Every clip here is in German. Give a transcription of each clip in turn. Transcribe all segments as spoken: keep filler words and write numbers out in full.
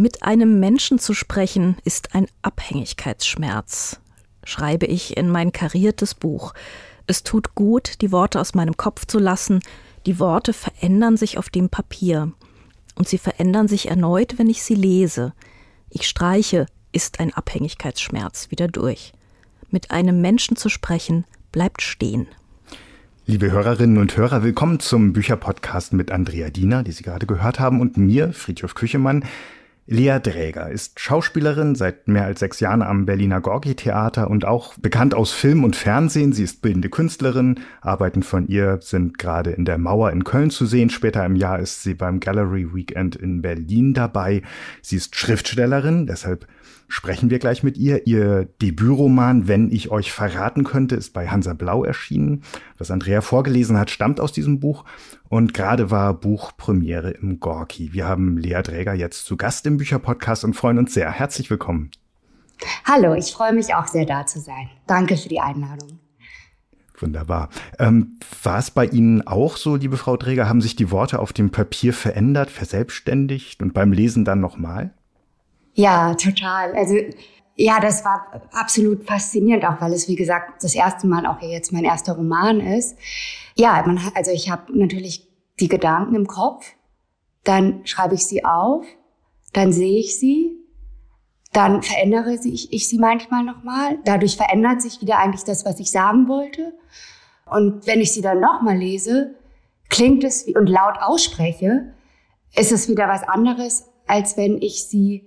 Mit einem Menschen zu sprechen ist ein Abhängigkeitsschmerz, schreibe ich in mein kariertes Buch. Es tut gut, die Worte aus meinem Kopf zu lassen. Die Worte verändern sich auf dem Papier. Und sie verändern sich erneut, wenn ich sie lese. Ich streiche, ist ein Abhängigkeitsschmerz, wieder durch. Mit einem Menschen zu sprechen, bleibt stehen. Liebe Hörerinnen und Hörer, willkommen zum Bücherpodcast mit Andrea Diener, die Sie gerade gehört haben, und mir, Friedhof Küchemann. Lea Dräger ist Schauspielerin, seit mehr als sechs Jahren am Berliner Gorki-Theater und auch bekannt aus Film und Fernsehen. Sie ist bildende Künstlerin. Arbeiten von ihr sind gerade in der Mauer in Köln zu sehen. Später im Jahr ist sie beim Gallery Weekend in Berlin dabei. Sie ist Schriftstellerin, deshalb sprechen wir gleich mit ihr. Ihr Debütroman Wenn ich euch verraten könnte ist bei Hansa Blau erschienen. Was Andrea vorgelesen hat, stammt aus diesem Buch. Und gerade war Buchpremiere im Gorki. Wir haben Lea Dräger jetzt zu Gast im Bücherpodcast und freuen uns sehr. Herzlich willkommen. Hallo, ich freue mich auch sehr, da zu sein. Danke für die Einladung. Wunderbar. Ähm, war es bei Ihnen auch so, liebe Frau Dräger? Haben sich die Worte auf dem Papier verändert, verselbstständigt und beim Lesen dann nochmal? Ja, total. Also ja, das war absolut faszinierend, auch weil es, wie gesagt, das erste Mal auch jetzt mein erster Roman ist. Ja, man, also ich habe natürlich die Gedanken im Kopf, dann schreibe ich sie auf, dann sehe ich sie, dann verändere ich, ich sie manchmal nochmal. Dadurch verändert sich wieder eigentlich das, was ich sagen wollte. Und wenn ich sie dann nochmal lese, klingt es wie, und laut ausspreche, ist es wieder was anderes, als wenn ich sie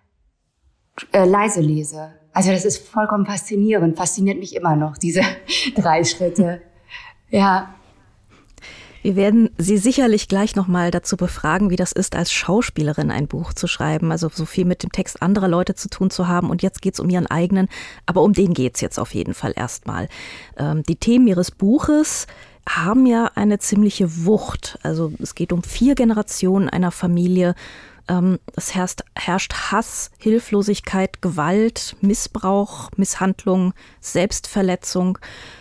Äh, leise lese. Also das ist vollkommen faszinierend, fasziniert mich immer noch, diese drei Schritte. Ja. Wir werden Sie sicherlich gleich noch mal dazu befragen, wie das ist, als Schauspielerin ein Buch zu schreiben, also so viel mit dem Text anderer Leute zu tun zu haben. Und jetzt geht's um Ihren eigenen, aber um den geht's jetzt auf jeden Fall erstmal. Ähm, die Themen Ihres Buches haben ja eine ziemliche Wucht. Also es geht um vier Generationen einer Familie. Es herrscht, herrscht Hass, Hilflosigkeit, Gewalt, Missbrauch, Misshandlung, Selbstverletzung.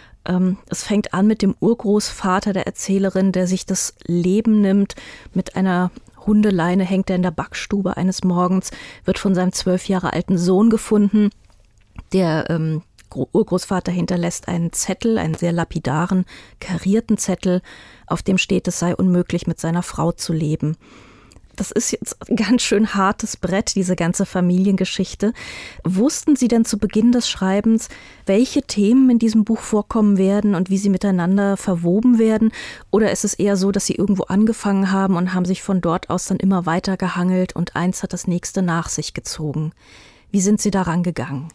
Es fängt an mit dem Urgroßvater der Erzählerin, der sich das Leben nimmt. Mit einer Hundeleine hängt er in der Backstube eines Morgens, wird von seinem zwölf Jahre alten Sohn gefunden. Der ähm, Urgroßvater hinterlässt einen Zettel, einen sehr lapidaren, karierten Zettel, auf dem steht, es sei unmöglich, mit seiner Frau zu leben. Das ist jetzt ein ganz schön hartes Brett, diese ganze Familiengeschichte. Wussten Sie denn zu Beginn des Schreibens, welche Themen in diesem Buch vorkommen werden und wie sie miteinander verwoben werden? Oder ist es eher so, dass Sie irgendwo angefangen haben und haben sich von dort aus dann immer weiter gehangelt und eins hat das nächste nach sich gezogen? Wie sind Sie daran gegangen?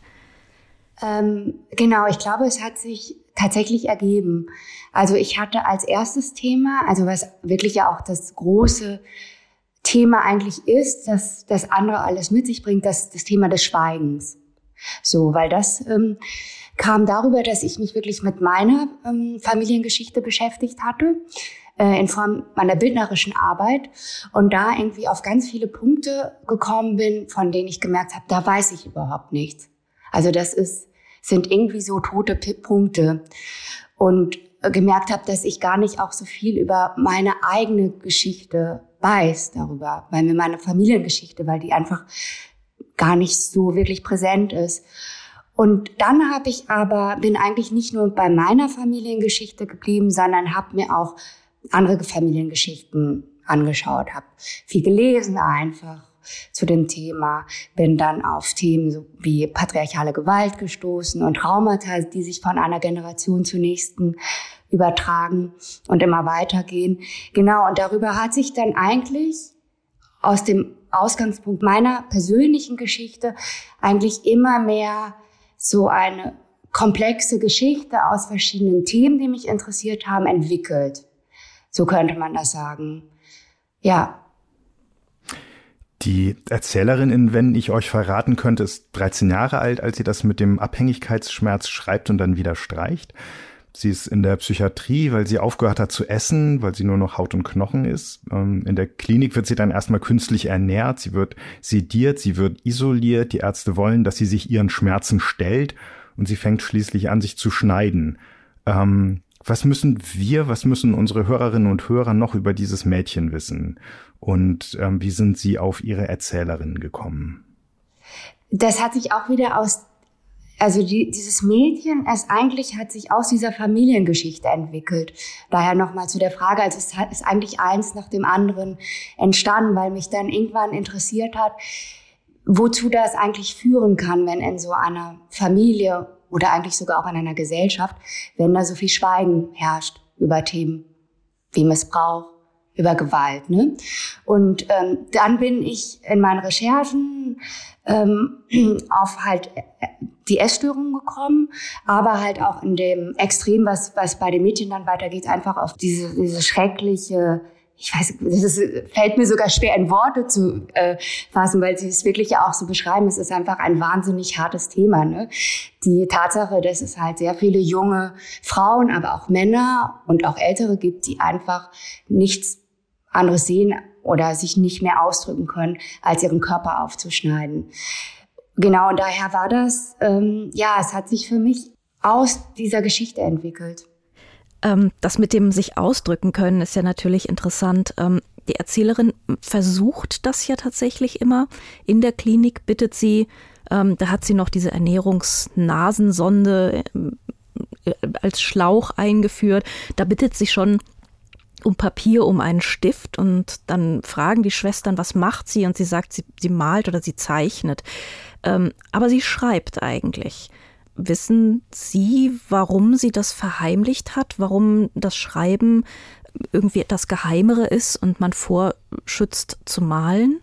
Ähm, genau, ich glaube, es hat sich tatsächlich ergeben. Also ich hatte als erstes Thema, also was wirklich ja auch das große Thema eigentlich ist, dass das andere alles mit sich bringt, das, das Thema des Schweigens. So, weil das ähm, kam darüber, dass ich mich wirklich mit meiner ähm, Familiengeschichte beschäftigt hatte, äh, in Form meiner bildnerischen Arbeit und da irgendwie auf ganz viele Punkte gekommen bin, von denen ich gemerkt habe, da weiß ich überhaupt nichts. Also das ist, sind irgendwie so tote P- Punkte und äh, gemerkt habe, dass ich gar nicht auch so viel über meine eigene Geschichte weiß darüber, weil mir meine Familiengeschichte, weil die einfach gar nicht so wirklich präsent ist. Und dann habe ich aber, bin eigentlich nicht nur bei meiner Familiengeschichte geblieben, sondern habe mir auch andere Familiengeschichten angeschaut, habe viel gelesen einfach zu dem Thema, bin dann auf Themen so wie patriarchale Gewalt gestoßen und Traumata, die sich von einer Generation zur nächsten übertragen und immer weitergehen. Genau, und darüber hat sich dann eigentlich aus dem Ausgangspunkt meiner persönlichen Geschichte eigentlich immer mehr so eine komplexe Geschichte aus verschiedenen Themen, die mich interessiert haben, entwickelt. So könnte man das sagen. Ja. Die Erzählerin in Wenn ich euch verraten könnte, ist dreizehn Jahre alt, als sie das mit dem Abhängigkeitsschmerz schreibt und dann wieder streicht. Sie ist in der Psychiatrie, weil sie aufgehört hat zu essen, weil sie nur noch Haut und Knochen ist. In der Klinik wird sie dann erstmal künstlich ernährt. Sie wird sediert, sie wird isoliert. Die Ärzte wollen, dass sie sich ihren Schmerzen stellt und sie fängt schließlich an, sich zu schneiden. Ähm, Was müssen wir, was müssen unsere Hörerinnen und Hörer noch über dieses Mädchen wissen? Und ähm, wie sind Sie auf Ihre Erzählerin gekommen? Das hat sich auch wieder aus, also die, dieses Mädchen, es eigentlich hat sich aus dieser Familiengeschichte entwickelt. Daher nochmal zu der Frage, also es hat, ist eigentlich eins nach dem anderen entstanden, weil mich dann irgendwann interessiert hat, wozu das eigentlich führen kann, wenn in so einer Familie oder eigentlich sogar auch in einer Gesellschaft, wenn da so viel Schweigen herrscht über Themen wie Missbrauch, über Gewalt. Ne? Und ähm, dann bin ich in meinen Recherchen ähm, auf halt die Essstörungen gekommen, aber halt auch in dem Extrem, was was bei den Mädchen dann weitergeht, einfach auf diese diese schreckliche, ich weiß, das fällt mir sogar schwer in Worte zu äh, fassen, weil sie es wirklich ja auch so beschreiben. Es ist einfach ein wahnsinnig hartes Thema. Ne? Die Tatsache, dass es halt sehr viele junge Frauen, aber auch Männer und auch Ältere gibt, die einfach nichts anderes sehen oder sich nicht mehr ausdrücken können, als ihren Körper aufzuschneiden. Genau, und daher war das, ähm, ja, es hat sich für mich aus dieser Geschichte entwickelt. Das mit dem sich ausdrücken können ist ja natürlich interessant. Die Erzählerin versucht das ja tatsächlich immer. In der Klinik bittet sie, da hat sie noch diese Ernährungsnasensonde als Schlauch eingeführt. Da bittet sie schon um Papier, um einen Stift und dann fragen die Schwestern, was macht sie? Und sie sagt, sie, sie malt oder sie zeichnet. Aber sie schreibt eigentlich. Wissen Sie, warum sie das verheimlicht hat, warum das Schreiben irgendwie etwas Geheimere ist und man vorschützt zu malen?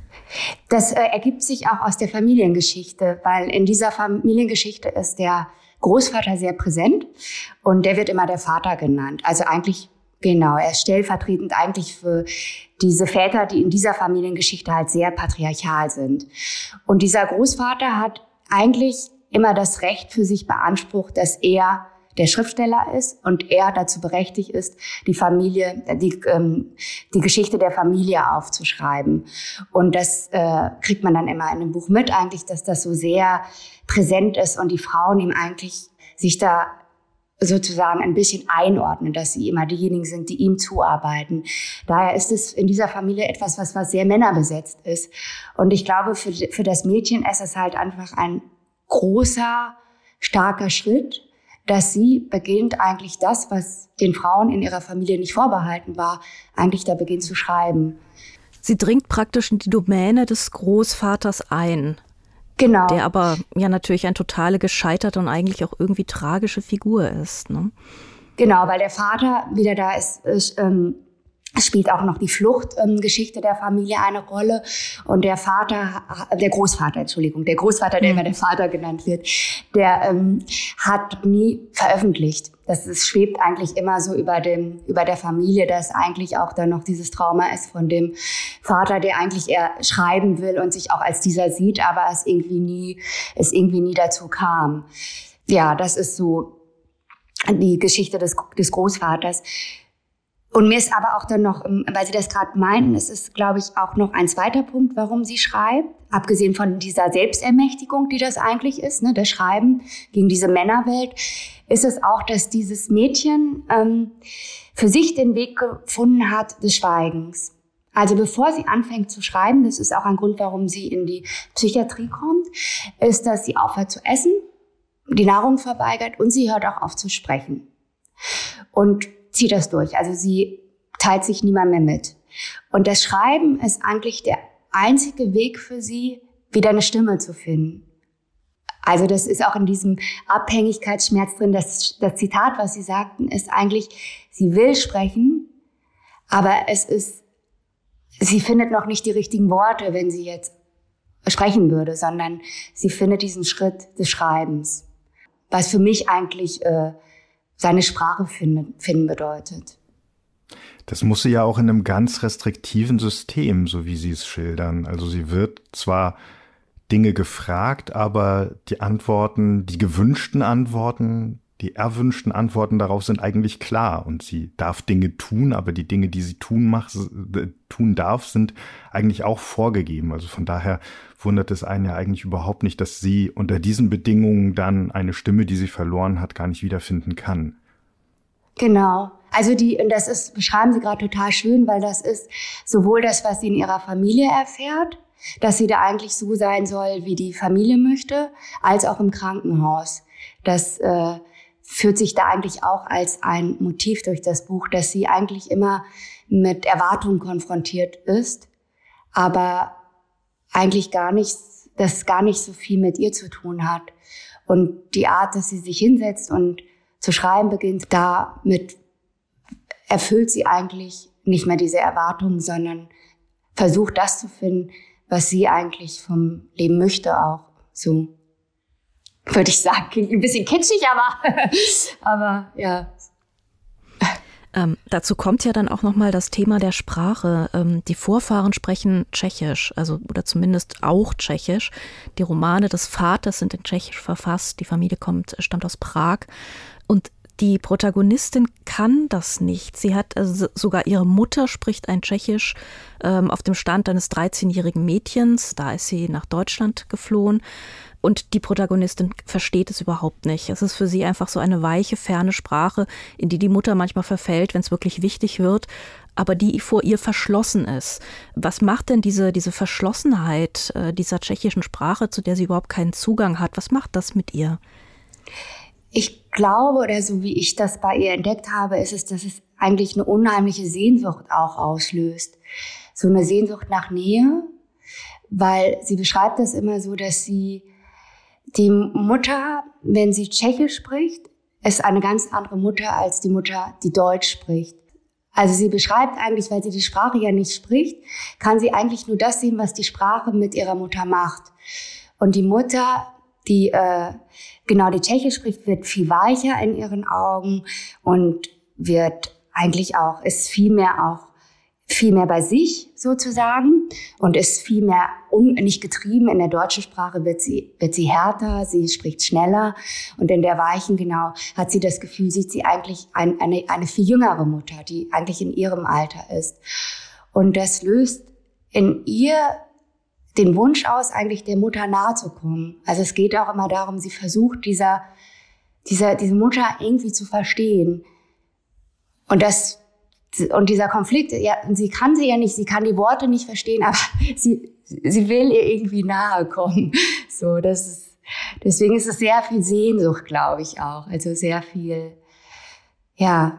Das äh, ergibt sich auch aus der Familiengeschichte, weil in dieser Familiengeschichte ist der Großvater sehr präsent und der wird immer der Vater genannt. Also eigentlich, genau, er ist stellvertretend eigentlich für diese Väter, die in dieser Familiengeschichte halt sehr patriarchal sind. Und dieser Großvater hat eigentlich immer das Recht für sich beansprucht, dass er der Schriftsteller ist und er dazu berechtigt ist, die Familie, die, ähm, die Geschichte der Familie aufzuschreiben. Und das äh, kriegt man dann immer in dem Buch mit eigentlich, dass das so sehr präsent ist und die Frauen ihm eigentlich sich da sozusagen ein bisschen einordnen, dass sie immer diejenigen sind, die ihm zuarbeiten. Daher ist es in dieser Familie etwas, was, was sehr männerbesetzt ist. Und ich glaube, für, für das Mädchen ist es halt einfach ein großer, starker Schritt, dass sie beginnt eigentlich das, was den Frauen in ihrer Familie nicht vorbehalten war, eigentlich da beginnt zu schreiben. Sie dringt praktisch in die Domäne des Großvaters ein. Genau. Der aber ja natürlich eine totale gescheiterte und eigentlich auch irgendwie tragische Figur ist. Ne? Genau, weil der Vater wieder da ist, ist ähm, Es spielt auch noch die Fluchtgeschichte ähm, der Familie eine Rolle. Und der Vater, der Großvater, Entschuldigung, der Großvater, der immer der Vater genannt wird, der ähm, hat nie veröffentlicht. Das ist, schwebt eigentlich immer so über dem, über der Familie, dass eigentlich auch da noch dieses Trauma ist von dem Vater, der eigentlich eher schreiben will und sich auch als dieser sieht, aber es irgendwie nie, es irgendwie nie dazu kam. Ja, das ist so die Geschichte des, des Großvaters. Und mir ist aber auch dann noch, weil Sie das gerade meinten, es ist, glaube ich, auch noch ein zweiter Punkt, warum sie schreibt. Abgesehen von dieser Selbstermächtigung, die das eigentlich ist, ne, das Schreiben gegen diese Männerwelt, ist es auch, dass dieses Mädchen ähm, für sich den Weg gefunden hat des Schweigens. Also bevor sie anfängt zu schreiben, das ist auch ein Grund, warum sie in die Psychiatrie kommt, ist, dass sie aufhört zu essen, die Nahrung verweigert und sie hört auch auf zu sprechen. Und zieht das durch. Also sie teilt sich niemand mehr mit. Und das Schreiben ist eigentlich der einzige Weg für sie, wieder eine Stimme zu finden. Also das ist auch in diesem Abhängigkeitsschmerz drin. Das, das Zitat, was Sie sagten, ist eigentlich, sie will sprechen, aber es ist, sie findet noch nicht die richtigen Worte, wenn sie jetzt sprechen würde, sondern sie findet diesen Schritt des Schreibens. Was für mich eigentlich äh, seine Sprache finden, finden bedeutet. Das muss sie ja auch in einem ganz restriktiven System, so wie Sie es schildern. Also sie wird zwar Dinge gefragt, aber die Antworten, die gewünschten Antworten, die erwünschten Antworten darauf sind eigentlich klar. Und sie darf Dinge tun, aber die Dinge, die sie tun, macht, tun darf, sind eigentlich auch vorgegeben. Also von daher wundert es einen ja eigentlich überhaupt nicht, dass sie unter diesen Bedingungen dann eine Stimme, die sie verloren hat, gar nicht wiederfinden kann. Genau. Also die, und das ist, beschreiben Sie gerade total schön, weil das ist sowohl das, was sie in ihrer Familie erfährt, dass sie da eigentlich so sein soll, wie die Familie möchte, als auch im Krankenhaus. Das äh, führt sich da eigentlich auch als ein Motiv durch das Buch, dass sie eigentlich immer mit Erwartungen konfrontiert ist, aber eigentlich gar nicht, das gar nicht so viel mit ihr zu tun hat. Und die Art, dass sie sich hinsetzt und zu schreiben beginnt, damit erfüllt sie eigentlich nicht mehr diese Erwartungen, sondern versucht das zu finden, was sie eigentlich vom Leben möchte auch. So würde ich sagen, klingt ein bisschen kitschig, aber, aber ja. Ähm, dazu kommt ja dann auch nochmal das Thema der Sprache. Ähm, die Vorfahren sprechen Tschechisch, also oder zumindest auch Tschechisch. Die Romane des Vaters sind in Tschechisch verfasst. Die Familie kommt, stammt aus Prag. Und die Protagonistin kann das nicht. Sie hat, also sogar ihre Mutter spricht ein Tschechisch ähm, auf dem Stand eines dreizehnjährigen Mädchens. Da ist sie nach Deutschland geflohen. Und die Protagonistin versteht es überhaupt nicht. Es ist für sie einfach so eine weiche, ferne Sprache, in die die Mutter manchmal verfällt, wenn es wirklich wichtig wird, aber die vor ihr verschlossen ist. Was macht denn diese, diese Verschlossenheit äh, dieser tschechischen Sprache, zu der sie überhaupt keinen Zugang hat? Was macht das mit ihr? Ich glaube, oder so wie ich das bei ihr entdeckt habe, ist es, dass es eigentlich eine unheimliche Sehnsucht auch auslöst. So eine Sehnsucht nach Nähe, weil sie beschreibt das immer so, dass sie die Mutter, wenn sie Tschechisch spricht, ist eine ganz andere Mutter als die Mutter, die Deutsch spricht. Also sie beschreibt eigentlich, weil sie die Sprache ja nicht spricht, kann sie eigentlich nur das sehen, was die Sprache mit ihrer Mutter macht. Und die Mutter, die äh, genau die Tschechisch spricht, wird viel weicher in ihren Augen und wird eigentlich auch, ist viel mehr auch viel mehr bei sich sozusagen und ist viel mehr un, nicht getrieben. In der deutschen Sprache wird sie, wird sie härter, sie spricht schneller und in der weichen, genau, hat sie das Gefühl, sieht sie eigentlich ein, eine, eine viel jüngere Mutter, die eigentlich in ihrem Alter ist. Und das löst in ihr den Wunsch aus, eigentlich der Mutter nahe zu kommen. Also es geht auch immer darum, sie versucht, dieser, dieser, diese Mutter irgendwie zu verstehen. Und das Und dieser Konflikt, ja, sie kann sie ja nicht, sie kann die Worte nicht verstehen, aber sie, sie will ihr irgendwie nahe kommen. So, das ist, deswegen ist es sehr viel Sehnsucht, glaube ich auch. Also sehr viel, ja,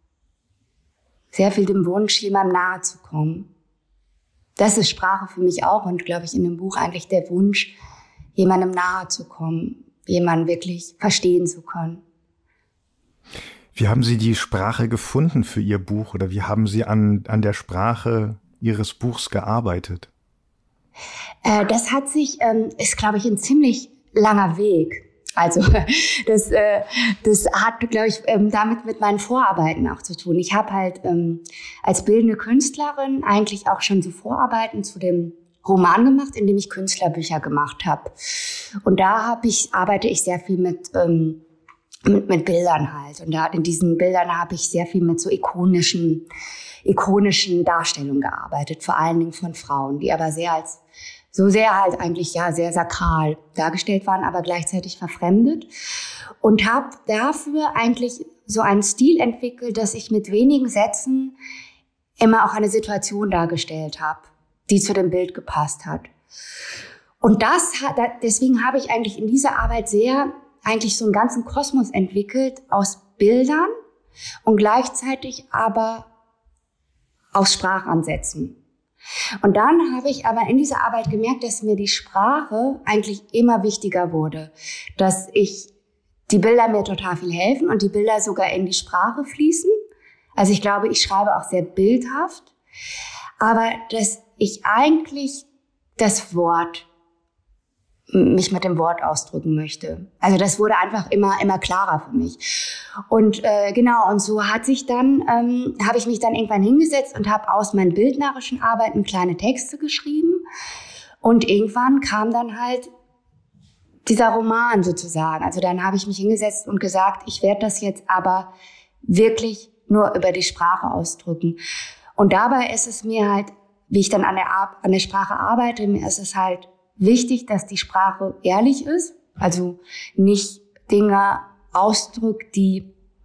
sehr viel dem Wunsch, jemandem nahe zu kommen. Das ist Sprache für mich auch und, glaube ich, in dem Buch eigentlich der Wunsch, jemandem nahe zu kommen, jemanden wirklich verstehen zu können. Wie haben Sie die Sprache gefunden für Ihr Buch oder wie haben Sie an, an der Sprache Ihres Buchs gearbeitet? Äh, das hat sich, ähm, ist, glaube ich, ein ziemlich langer Weg. Also das, äh, das hat, glaube ich, ähm, damit mit meinen Vorarbeiten auch zu tun. Ich habe halt ähm, als bildende Künstlerin eigentlich auch schon so Vorarbeiten zu dem Roman gemacht, in dem ich Künstlerbücher gemacht habe. Und da habe ich, arbeite ich sehr viel mit ähm, Mit, mit Bildern halt. Und da in diesen Bildern habe ich sehr viel mit so ikonischen, ikonischen Darstellungen gearbeitet, vor allen Dingen von Frauen, die aber sehr als, so sehr halt eigentlich, ja, sehr sakral dargestellt waren, aber gleichzeitig verfremdet. Und habe dafür eigentlich so einen Stil entwickelt, dass ich mit wenigen Sätzen immer auch eine Situation dargestellt habe, die zu dem Bild gepasst hat. Und das hat, deswegen habe ich eigentlich in dieser Arbeit sehr eigentlich so einen ganzen Kosmos entwickelt aus Bildern und gleichzeitig aber aus Sprachansätzen. Und dann habe ich aber in dieser Arbeit gemerkt, dass mir die Sprache eigentlich immer wichtiger wurde, dass ich die Bilder mir total viel helfen und die Bilder sogar in die Sprache fließen. Also ich glaube, ich schreibe auch sehr bildhaft, aber dass ich eigentlich das Wort mich mit dem Wort ausdrücken möchte. Also das wurde einfach immer immer klarer für mich. Und äh, genau, und so hat sich dann, ähm, habe ich mich dann irgendwann hingesetzt und habe aus meinen bildnerischen Arbeiten kleine Texte geschrieben. Und irgendwann kam dann halt dieser Roman sozusagen. Also dann habe ich mich hingesetzt und gesagt, ich werde das jetzt aber wirklich nur über die Sprache ausdrücken. Und dabei ist es mir halt, wie ich dann an der, an der Sprache arbeite, mir ist es halt wichtig, dass die Sprache ehrlich ist, also nicht Dinge ausdrückt, die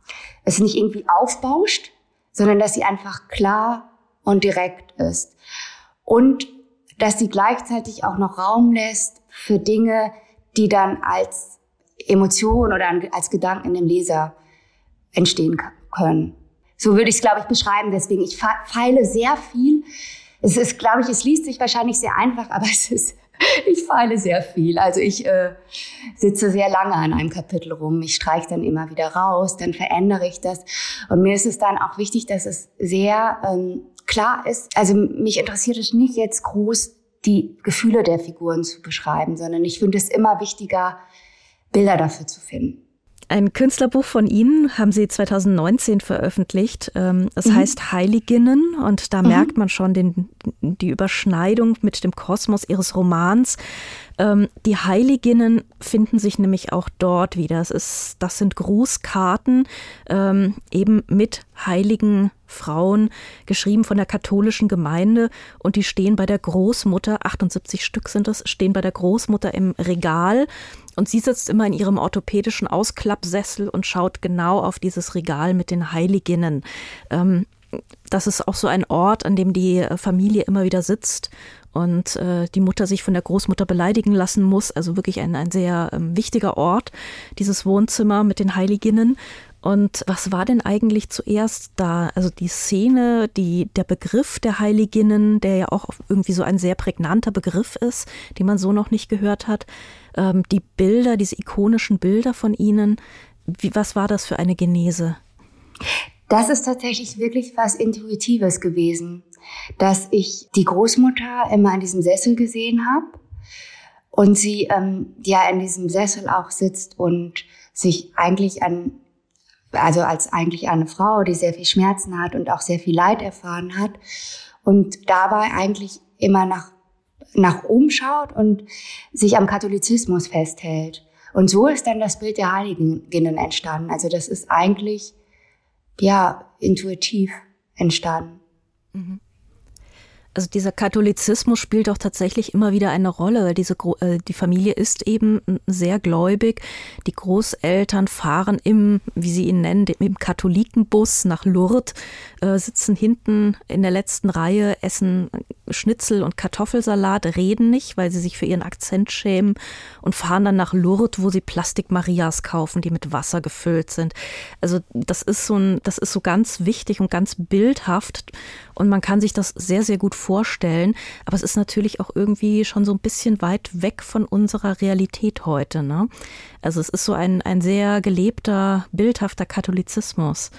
es nicht irgendwie aufbauscht, sondern dass sie einfach klar und direkt ist. Und dass sie gleichzeitig auch noch Raum lässt für Dinge, die dann als Emotion oder als Gedanken in dem Leser entstehen können. So würde ich es, glaube ich, beschreiben. Deswegen, ich feile sehr viel. Es ist, glaube ich, es liest sich wahrscheinlich sehr einfach, aber es ist, ich feile sehr viel. Also ich äh, sitze sehr lange an einem Kapitel rum. Ich streiche dann immer wieder raus, dann verändere ich das. Und mir ist es dann auch wichtig, dass es sehr ähm, klar ist. Also mich interessiert es nicht jetzt groß, die Gefühle der Figuren zu beschreiben, sondern ich finde es immer wichtiger, Bilder dafür zu finden. Ein Künstlerbuch von Ihnen haben Sie zweitausendneunzehn veröffentlicht. Es mhm. heißt Heiliginnen und da mhm. merkt man schon den, die Überschneidung mit dem Kosmos Ihres Romans. Die Heiliginnen finden sich nämlich auch dort wieder. Es ist, das sind Grußkarten eben mit heiligen Frauen, geschrieben von der katholischen Gemeinde und die stehen bei der Großmutter, achtundsiebzig Stück sind es, stehen bei der Großmutter im Regal. Und sie sitzt immer in ihrem orthopädischen Ausklappsessel und schaut genau auf dieses Regal mit den Heiliginnen. Ähm, das ist auch so ein Ort, an dem die Familie immer wieder sitzt und äh, die Mutter sich von der Großmutter beleidigen lassen muss. Also wirklich ein, ein sehr ähm, wichtiger Ort, dieses Wohnzimmer mit den Heiliginnen. Und was war denn eigentlich zuerst da? Also die Szene, die, der Begriff der Heiliginnen, der ja auch irgendwie so ein sehr prägnanter Begriff ist, den man so noch nicht gehört hat. Ähm, die Bilder, diese ikonischen Bilder von ihnen. Wie, was war das für eine Genese? Das ist tatsächlich wirklich was Intuitives gewesen, dass ich die Großmutter immer in diesem Sessel gesehen habe und sie ähm, ja in diesem Sessel auch sitzt und sich eigentlich an also als eigentlich eine Frau, die sehr viel Schmerzen hat und auch sehr viel Leid erfahren hat und dabei eigentlich immer nach, nach oben schaut und sich am Katholizismus festhält. Und so ist dann das Bild der Heiliginnen entstanden. Also das ist eigentlich, ja, intuitiv entstanden. Mhm. Also dieser Katholizismus spielt auch tatsächlich immer wieder eine Rolle, weil diese äh, die Familie ist eben sehr gläubig. Die Großeltern fahren im, wie sie ihn nennen, im Katholikenbus nach Lourdes, äh, sitzen hinten in der letzten Reihe, essen Schnitzel und Kartoffelsalat, reden nicht, weil sie sich für ihren Akzent schämen und fahren dann nach Lourdes, wo sie Plastik-Marias kaufen, die mit Wasser gefüllt sind. Also das ist so ein, das ist so ganz wichtig und ganz bildhaft und man kann sich das sehr, sehr gut vorstellen. Aber es ist natürlich auch irgendwie schon so ein bisschen weit weg von unserer Realität heute, ne? Also es ist so ein, ein sehr gelebter, bildhafter Katholizismus.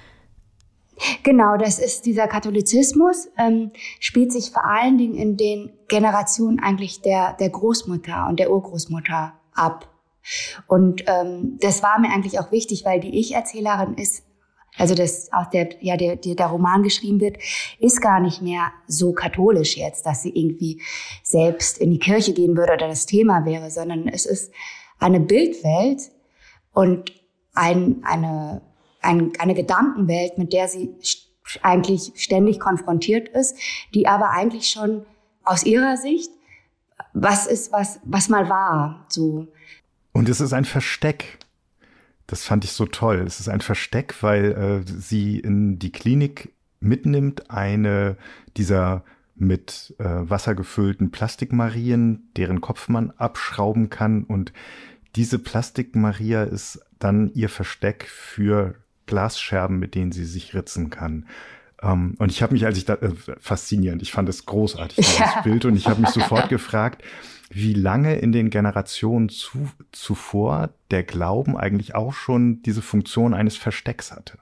Genau, das ist dieser Katholizismus, ähm, spielt sich vor allen Dingen in den Generationen eigentlich der, der Großmutter und der Urgroßmutter ab. Und ähm, das war mir eigentlich auch wichtig, weil die Ich-Erzählerin ist, also das aus der ja der, der der Roman geschrieben wird, ist gar nicht mehr so katholisch jetzt, dass sie irgendwie selbst in die Kirche gehen würde oder das Thema wäre, sondern es ist eine Bildwelt und ein eine ein, eine Gedankenwelt, mit der sie eigentlich ständig konfrontiert ist, die aber eigentlich schon aus ihrer Sicht was ist, was was mal war, so. Und es ist ein Versteck. Das fand ich so toll. Es ist ein Versteck, weil äh, sie in die Klinik mitnimmt, eine dieser mit äh, Wasser gefüllten Plastikmarien, deren Kopf man abschrauben kann. Und diese Plastikmaria ist dann ihr Versteck für Glasscherben, mit denen sie sich ritzen kann. Ähm, und ich habe mich, als ich da, äh, faszinierend, ich fand es großartig, dieses ja. Bild. Und ich habe mich sofort gefragt, wie lange in den Generationen zu, zuvor der Glauben eigentlich auch schon diese Funktion eines Verstecks hatte.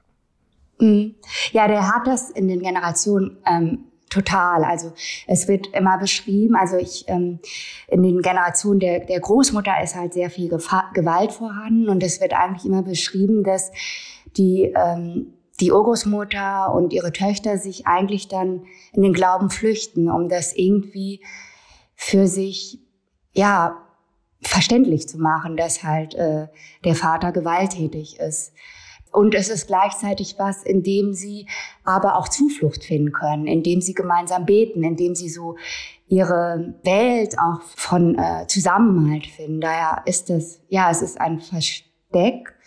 Ja, der hat das in den Generationen ähm, total. Also es wird immer beschrieben, also ich ähm, in den Generationen der, der Großmutter ist halt sehr viel Gefahr, Gewalt vorhanden und es wird eigentlich immer beschrieben, dass die ähm, die Urgroßmutter und ihre Töchter sich eigentlich dann in den Glauben flüchten, um das irgendwie für sich ja verständlich zu machen, dass halt äh, der Vater gewalttätig ist. Und es ist gleichzeitig was, in dem sie aber auch Zuflucht finden können, in dem sie gemeinsam beten, in dem sie so ihre Welt auch von äh, Zusammenhalt finden. Daher ist es, ja, es ist ein Versteck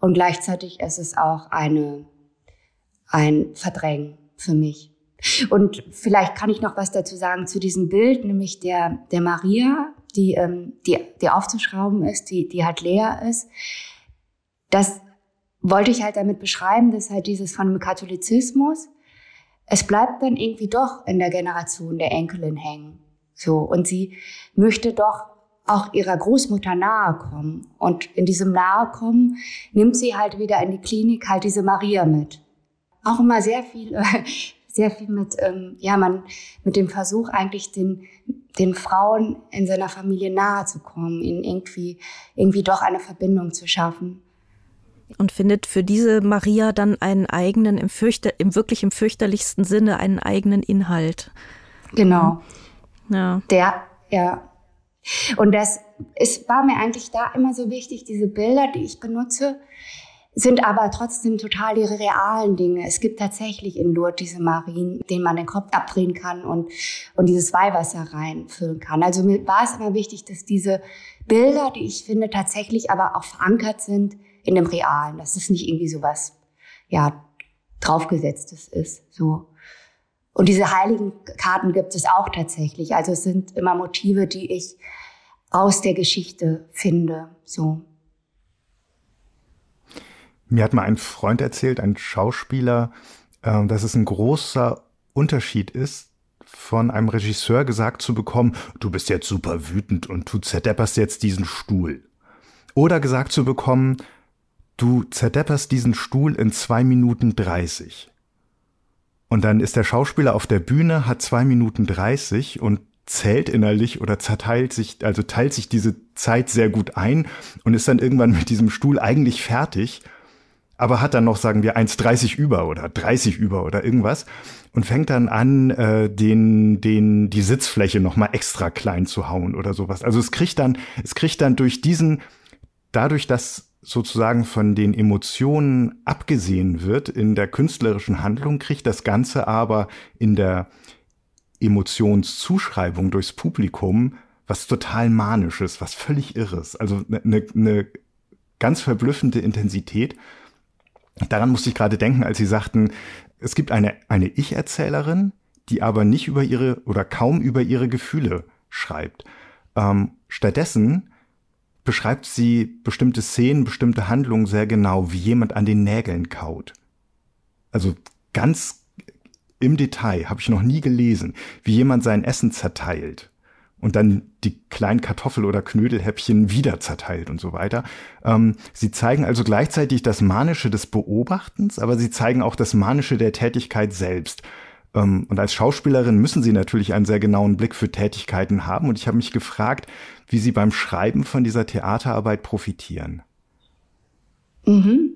Und gleichzeitig ist es auch eine, ein Verdrängen für mich. Und vielleicht kann ich noch was dazu sagen zu diesem Bild, nämlich der, der Maria, die, ähm, die, die aufzuschrauben ist, die, die halt leer ist. Das wollte ich halt damit beschreiben, dass halt dieses von dem Katholizismus, es bleibt dann irgendwie doch in der Generation der Enkelin hängen. So. Und sie möchte doch auch ihrer Großmutter nahe kommen. Und in diesem Nahekommen nimmt sie halt wieder in die Klinik halt diese Maria mit. Auch immer sehr viel, sehr viel mit, ähm, ja, man, mit dem Versuch eigentlich den, den Frauen in seiner Familie nahe zu kommen, ihnen irgendwie, irgendwie doch eine Verbindung zu schaffen. Und findet für diese Maria dann einen eigenen, im, fürchter, im wirklich im fürchterlichsten Sinne, einen eigenen Inhalt. Genau. Ja. Der, ja. Und das ist, war mir eigentlich da immer so wichtig, diese Bilder, die ich benutze, sind aber trotzdem total die realen Dinge. Es gibt tatsächlich in Lourdes diese Marien, denen man den Kopf abdrehen kann und, und dieses Weihwasser reinfüllen kann. Also mir war es immer wichtig, dass diese Bilder, die ich finde, tatsächlich aber auch verankert sind in dem Realen. Dass es nicht irgendwie sowas, ja, draufgesetztes ist, so. Und diese heiligen Karten gibt es auch tatsächlich. Also es sind immer Motive, die ich aus der Geschichte finde, so. Mir hat mal ein Freund erzählt, ein Schauspieler, äh, dass es ein großer Unterschied ist, von einem Regisseur gesagt zu bekommen, du bist jetzt super wütend und du zerdepperst jetzt diesen Stuhl. Oder gesagt zu bekommen, du zerdepperst diesen Stuhl in zwei Minuten dreißig. Und dann ist der Schauspieler auf der Bühne, hat zwei Minuten dreißig und zählt innerlich oder zerteilt sich, also teilt sich diese Zeit sehr gut ein und ist dann irgendwann mit diesem Stuhl eigentlich fertig, aber hat dann noch, sagen wir, eins dreißig über oder dreißig über oder irgendwas und fängt dann an, äh, den, den, die Sitzfläche nochmal extra klein zu hauen oder sowas. Also es kriegt dann, es kriegt dann durch diesen, dadurch, dass sozusagen von den Emotionen abgesehen wird in der künstlerischen Handlung, kriegt das Ganze aber in der Emotionszuschreibung durchs Publikum was total Manisches, was völlig Irres. Also eine, eine ganz verblüffende Intensität. Daran musste ich gerade denken, als Sie sagten, es gibt eine, eine Ich-Erzählerin, die aber nicht über ihre oder kaum über ihre Gefühle schreibt. Ähm, stattdessen beschreibt sie bestimmte Szenen, bestimmte Handlungen sehr genau, wie jemand an den Nägeln kaut. Also ganz im Detail, habe ich noch nie gelesen, wie jemand sein Essen zerteilt und dann die kleinen Kartoffel- oder Knödelhäppchen wieder zerteilt und so weiter. Ähm, sie zeigen also gleichzeitig das Manische des Beobachtens, aber sie zeigen auch das Manische der Tätigkeit selbst. Ähm, und als Schauspielerin müssen sie natürlich einen sehr genauen Blick für Tätigkeiten haben. Und ich habe mich gefragt, wie Sie beim Schreiben von dieser Theaterarbeit profitieren. Mhm.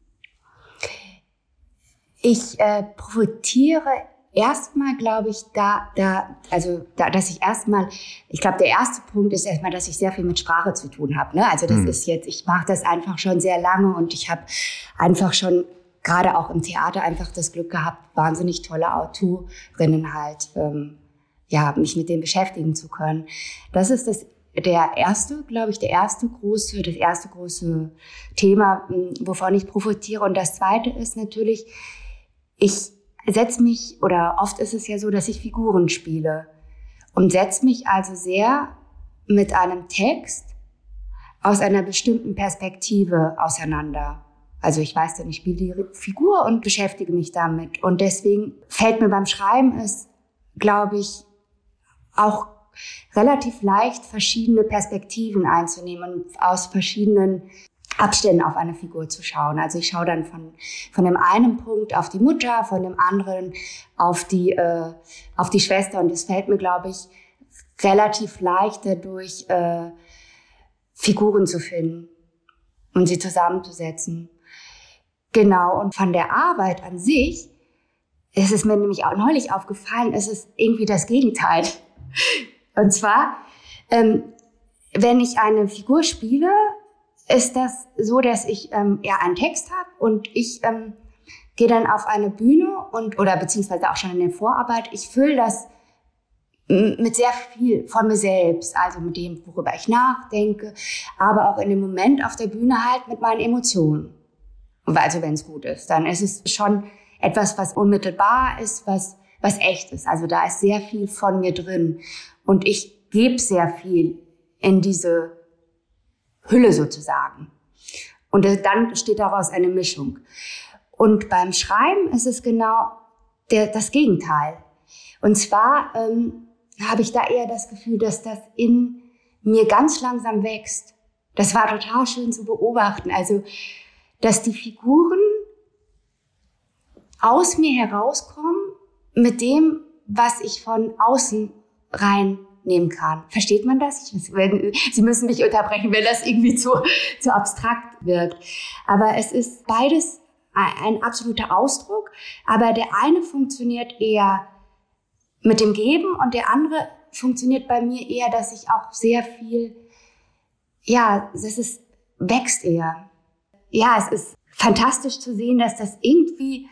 Ich äh, profitiere erstmal, glaube ich, da, da, also da, dass ich erstmal, ich glaube, der erste Punkt ist erstmal, dass ich sehr viel mit Sprache zu tun habe. Ne? Also das mhm. ist jetzt, ich mache das einfach schon sehr lange und ich habe einfach schon gerade auch im Theater einfach das Glück gehabt, wahnsinnig tolle Autorinnen halt, ähm, ja, mich mit denen beschäftigen zu können. Das ist das der erste, glaube ich, der erste große, das erste große Thema, wovon ich profitiere. Und das zweite ist natürlich, ich setze mich, oder oft ist es ja so, dass ich Figuren spiele und setze mich also sehr mit einem Text aus einer bestimmten Perspektive auseinander. Also ich weiß dann, ich spiele die Figur und beschäftige mich damit. Und deswegen fällt mir beim Schreiben es, glaube ich, auch relativ leicht, verschiedene Perspektiven einzunehmen und aus verschiedenen Abständen auf eine Figur zu schauen. Also ich schaue dann von, von dem einen Punkt auf die Mutter, von dem anderen auf die, äh, auf die Schwester. Und es fällt mir, glaube ich, relativ leicht dadurch, äh, Figuren zu finden und sie zusammenzusetzen. Genau, und von der Arbeit an sich ist es mir nämlich auch neulich aufgefallen, es ist irgendwie das Gegenteil. Und zwar, ähm, wenn ich eine Figur spiele, ist das so, dass ich ähm, eher einen Text habe und ich ähm, gehe dann auf eine Bühne und oder beziehungsweise auch schon in der Vorarbeit. Ich fülle das m- mit sehr viel von mir selbst, also mit dem, worüber ich nachdenke, aber auch in dem Moment auf der Bühne halt mit meinen Emotionen. Also wenn es gut ist, dann ist es schon etwas, was unmittelbar ist, was, was echt ist. Also da ist sehr viel von mir drin. Und ich gebe sehr viel in diese Hülle sozusagen. Und dann steht daraus eine Mischung. Und beim Schreiben ist es genau der, das Gegenteil. Und zwar ähm, habe ich da eher das Gefühl, dass das in mir ganz langsam wächst. Das war total schön zu beobachten. Also, dass die Figuren aus mir herauskommen mit dem, was ich von außen reinnehmen kann. Versteht man das? Ich, wenn, Sie müssen mich unterbrechen, wenn das irgendwie zu, zu abstrakt wirkt. Aber es ist beides ein absoluter Ausdruck. Aber der eine funktioniert eher mit dem Geben und der andere funktioniert bei mir eher, dass ich auch sehr viel, ja, das ist, wächst eher. Ja, es ist fantastisch zu sehen, dass das irgendwie,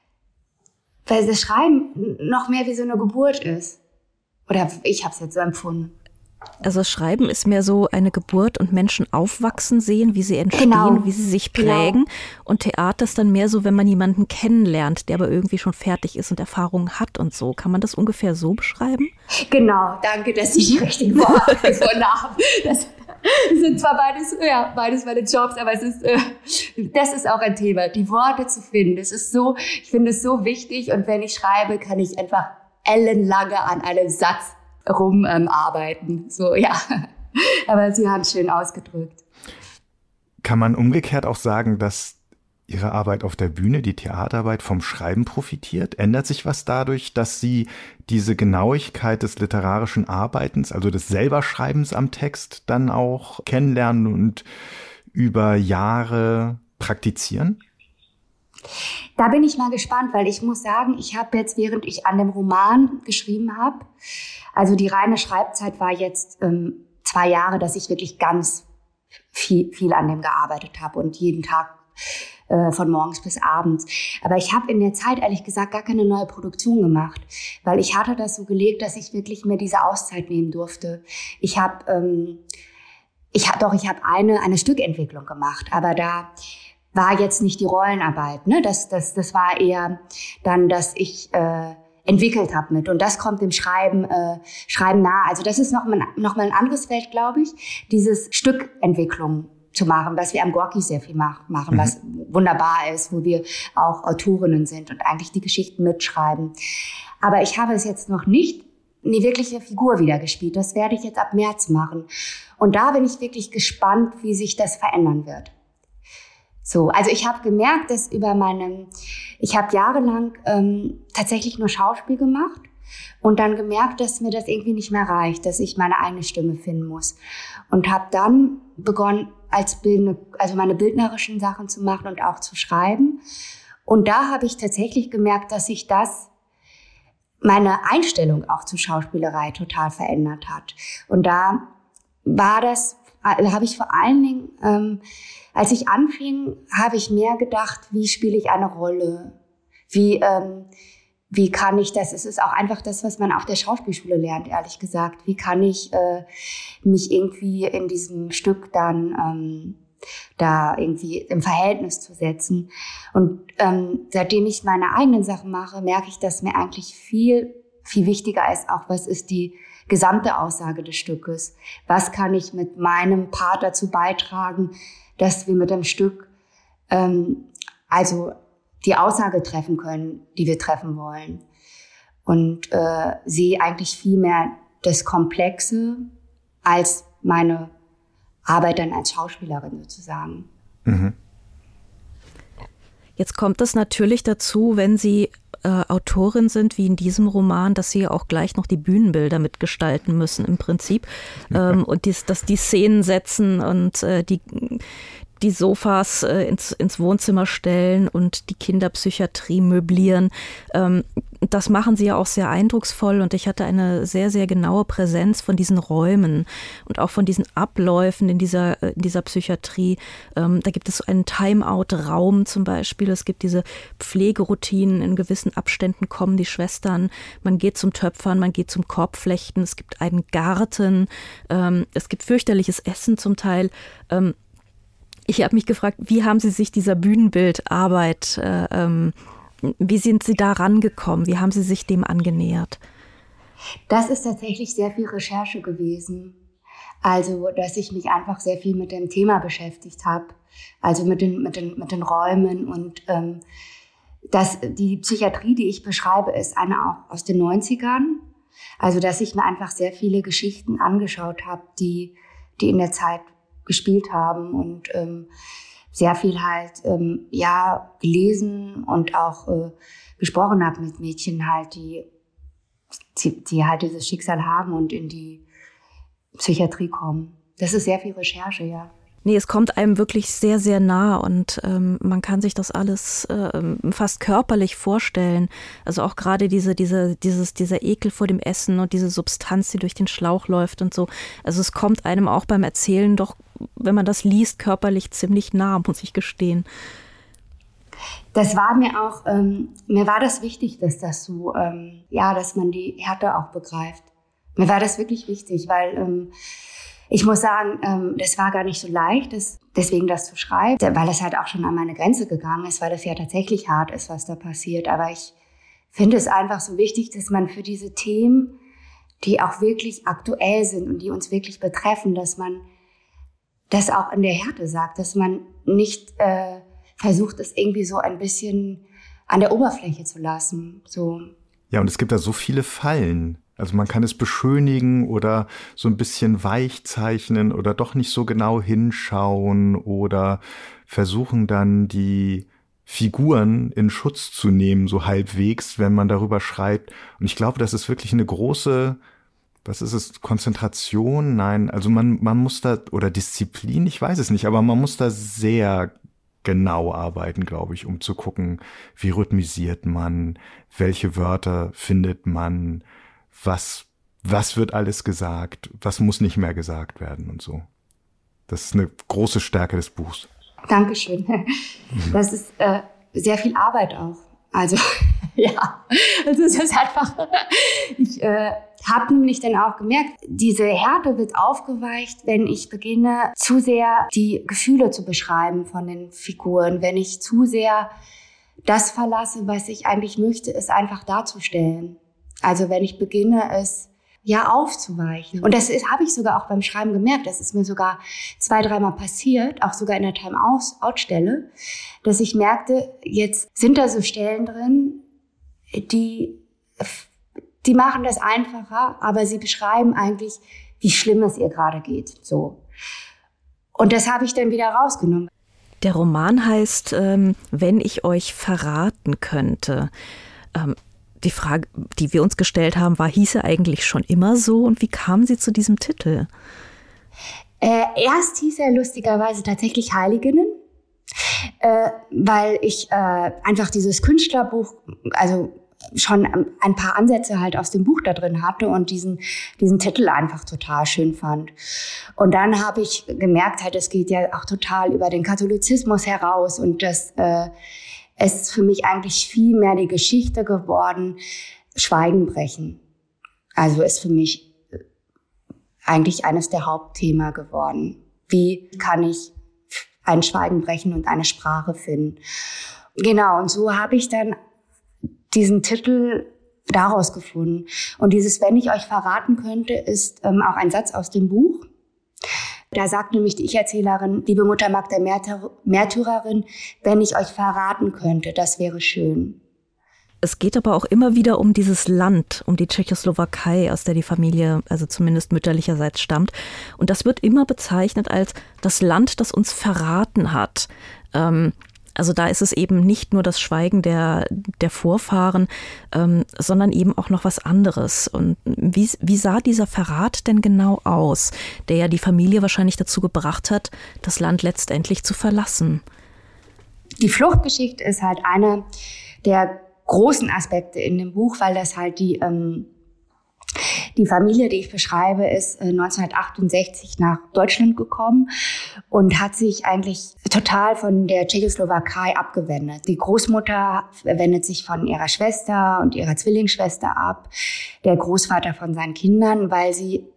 weil das Schreiben noch mehr wie so eine Geburt ist. Oder ich habe es jetzt so empfunden. Also Schreiben ist mehr so eine Geburt und Menschen aufwachsen sehen, wie sie entstehen, genau. wie sie sich prägen. Genau. Und Theater ist dann mehr so, wenn man jemanden kennenlernt, der aber irgendwie schon fertig ist und Erfahrungen hat und so. Kann man das ungefähr so beschreiben? Genau, danke, dass Sie die richtigen Worte gefunden haben. Das sind zwar beides, ja, beides meine Jobs, aber es ist, äh, das ist auch ein Thema, die Worte zu finden. Es ist so, ich finde es so wichtig und wenn ich schreibe, kann ich einfach ellenlange an einem Satz rumarbeiten. Ähm, so, ja. Aber Sie haben es schön ausgedrückt. Kann man umgekehrt auch sagen, dass Ihre Arbeit auf der Bühne, die Theaterarbeit, vom Schreiben profitiert? Ändert sich was dadurch, dass Sie diese Genauigkeit des literarischen Arbeitens, also des Selberschreibens am Text, dann auch kennenlernen und über Jahre praktizieren? Da bin ich mal gespannt, weil ich muss sagen, ich habe jetzt, während ich an dem Roman geschrieben habe, also die reine Schreibzeit war jetzt ähm, zwei Jahre, dass ich wirklich ganz viel, viel an dem gearbeitet habe und jeden Tag äh, von morgens bis abends. Aber ich habe in der Zeit, ehrlich gesagt, gar keine neue Produktion gemacht, weil ich hatte das so gelegt, dass ich wirklich mir diese Auszeit nehmen durfte. Ich habe, ähm, ich habe doch, ich habe eine eine Stückentwicklung gemacht, aber da war jetzt nicht die Rollenarbeit, ne? Das, das, das war eher dann, dass ich äh, entwickelt habe mit. Und das kommt dem Schreiben, äh, Schreiben nahe. Also das ist noch mal, noch mal ein anderes Feld, glaube ich, dieses Stückentwicklung zu machen, was wir am Gorki sehr viel mach, machen, mhm. was wunderbar ist, wo wir auch Autorinnen sind und eigentlich die Geschichten mitschreiben. Aber ich habe es jetzt noch nicht eine wirkliche Figur wieder gespielt. Das werde ich jetzt ab März machen. Und da bin ich wirklich gespannt, wie sich das verändern wird. So, also ich habe gemerkt, dass über meinem, ich habe jahrelang ähm, tatsächlich nur Schauspiel gemacht und dann gemerkt, dass mir das irgendwie nicht mehr reicht, dass ich meine eigene Stimme finden muss und habe dann begonnen, als bildende, also meine bildnerischen Sachen zu machen und auch zu schreiben. Und da habe ich tatsächlich gemerkt, dass sich das meine Einstellung auch zur Schauspielerei total verändert hat. Und da war das, da habe ich vor allen Dingen ähm, als ich anfing, habe ich mehr gedacht, wie spiele ich eine Rolle? Wie, ähm, wie kann ich das? Es ist auch einfach das, was man auf der Schauspielschule lernt, ehrlich gesagt. Wie kann ich äh, mich irgendwie in diesem Stück dann ähm, da irgendwie im Verhältnis zu setzen? Und ähm, seitdem ich meine eigenen Sachen mache, merke ich, dass mir eigentlich viel, viel wichtiger ist, auch was ist die gesamte Aussage des Stückes? Was kann ich mit meinem Part dazu beitragen, dass wir mit dem Stück ähm, also die Aussage treffen können, die wir treffen wollen. Und äh, sehe eigentlich viel mehr das Komplexe als meine Arbeit dann als Schauspielerin sozusagen. Mhm. Jetzt kommt es natürlich dazu, wenn Sie äh, Autorin sind, wie in diesem Roman, dass Sie ja auch gleich noch die Bühnenbilder mitgestalten müssen im Prinzip. Ähm, und dies, dass die Szenen setzen und äh, die, die Sofas äh, ins, ins Wohnzimmer stellen und die Kinderpsychiatrie möblieren. Ähm, das machen Sie ja auch sehr eindrucksvoll und ich hatte eine sehr, sehr genaue Präsenz von diesen Räumen und auch von diesen Abläufen in dieser, in dieser Psychiatrie. Ähm, da gibt es einen Timeout-Raum zum Beispiel. Es gibt diese Pflegeroutinen. In gewissen Abständen kommen die Schwestern. Man geht zum Töpfern, man geht zum Korbflechten. Es gibt einen Garten. Ähm, es gibt fürchterliches Essen zum Teil. Ähm, Ich habe mich gefragt, wie haben Sie sich dieser Bühnenbildarbeit, äh, ähm, wie sind Sie da rangekommen? Wie haben Sie sich dem angenähert? Das ist tatsächlich sehr viel Recherche gewesen. Also, dass ich mich einfach sehr viel mit dem Thema beschäftigt habe. Also mit den, mit den, mit den Räumen und ähm, das, die Psychiatrie, die ich beschreibe, ist eine auch aus den neunzigern. Also, dass ich mir einfach sehr viele Geschichten angeschaut habe, die, die in der Zeit gespielt haben und ähm, sehr viel halt, ähm, ja, gelesen und auch äh, gesprochen habe mit Mädchen halt, die, die, die halt dieses Schicksal haben und in die Psychiatrie kommen. Das ist sehr viel Recherche, ja. Nee, es kommt einem wirklich sehr, sehr nah und ähm, man kann sich das alles ähm, fast körperlich vorstellen. Also auch gerade diese, diese, dieses, dieser Ekel vor dem Essen und diese Substanz, die durch den Schlauch läuft und so. Also es kommt einem auch beim Erzählen doch, wenn man das liest, körperlich ziemlich nah, muss ich gestehen. Das war mir auch, ähm, mir war das wichtig, dass das so, ähm, ja, dass man die Härte auch begreift. Mir war das wirklich wichtig, weil ähm, ich muss sagen, ähm, das war gar nicht so leicht, das, deswegen das zu schreiben, weil das halt auch schon an meine Grenze gegangen ist, weil das ja tatsächlich hart ist, was da passiert. Aber ich finde es einfach so wichtig, dass man für diese Themen, die auch wirklich aktuell sind und die uns wirklich betreffen, dass man das auch in der Härte sagt, dass man nicht äh, versucht, es irgendwie so ein bisschen an der Oberfläche zu lassen. So. Ja, und es gibt da so viele Fallen. Also man kann es beschönigen oder so ein bisschen weich zeichnen oder doch nicht so genau hinschauen oder versuchen dann die Figuren in Schutz zu nehmen, so halbwegs, wenn man darüber schreibt. Und ich glaube, das ist wirklich eine große, was ist es, Konzentration? Nein, also man, man muss da, oder Disziplin, ich weiß es nicht, aber man muss da sehr genau arbeiten, glaube ich, um zu gucken, wie rhythmisiert man, welche Wörter findet man, was, was wird alles gesagt, was muss nicht mehr gesagt werden und so. Das ist eine große Stärke des Buchs. Dankeschön. Das ist äh, sehr viel Arbeit auch. Also, ja, also es ist einfach, ich äh, habe nämlich dann auch gemerkt, diese Härte wird aufgeweicht, wenn ich beginne, zu sehr die Gefühle zu beschreiben von den Figuren, wenn ich zu sehr das verlasse, was ich eigentlich möchte, es einfach darzustellen. Also wenn ich beginne, es ja aufzuweichen. Und das habe ich sogar auch beim Schreiben gemerkt. Das ist mir sogar zwei, dreimal passiert, auch sogar in der Time-Out-Stelle, dass ich merkte, jetzt sind da so Stellen drin, die, die machen das einfacher, aber sie beschreiben eigentlich, wie schlimm es ihr gerade geht. So. Und das habe ich dann wieder rausgenommen. Der Roman heißt ähm, Wenn ich euch verraten könnte. Ähm, Die Frage, die wir uns gestellt haben, war, hieß er eigentlich schon immer so und wie kamen Sie zu diesem Titel? Äh, erst hieß er lustigerweise tatsächlich Heiliginnen, äh, weil ich äh, einfach dieses Künstlerbuch, also schon ein paar Ansätze halt aus dem Buch da drin hatte und diesen diesen Titel einfach total schön fand. Und dann habe ich gemerkt, halt, es geht ja auch total über den Katholizismus heraus und das äh, es ist für mich eigentlich viel mehr die Geschichte geworden, Schweigen brechen. Also ist für mich eigentlich eines der Hauptthemen geworden. Wie kann ich ein Schweigen brechen und eine Sprache finden? Genau, und so habe ich dann diesen Titel daraus gefunden. Und dieses Wenn ich euch verraten könnte, ist ähm, auch ein Satz aus dem Buch. Da sagt nämlich die Ich-Erzählerin, liebe Mutter Magda Märtyrerin, wenn ich euch verraten könnte, das wäre schön. Es geht aber auch immer wieder um dieses Land, um die Tschechoslowakei, aus der die Familie, also zumindest mütterlicherseits stammt. Und das wird immer bezeichnet als das Land, das uns verraten hat. Ähm, Also da ist es eben nicht nur das Schweigen der, der Vorfahren, ähm, sondern eben auch noch was anderes. Und wie, wie sah dieser Verrat denn genau aus, der ja die Familie wahrscheinlich dazu gebracht hat, das Land letztendlich zu verlassen? Die Fluchtgeschichte ist halt einer der großen Aspekte in dem Buch, weil das halt die... Ähm Die Familie, die ich beschreibe, ist neunzehnhundertachtundsechzig nach Deutschland gekommen und hat sich eigentlich total von der Tschechoslowakei abgewendet. Die Großmutter wendet sich von ihrer Schwester und ihrer Zwillingsschwester ab, der Großvater von seinen Kindern, weil sie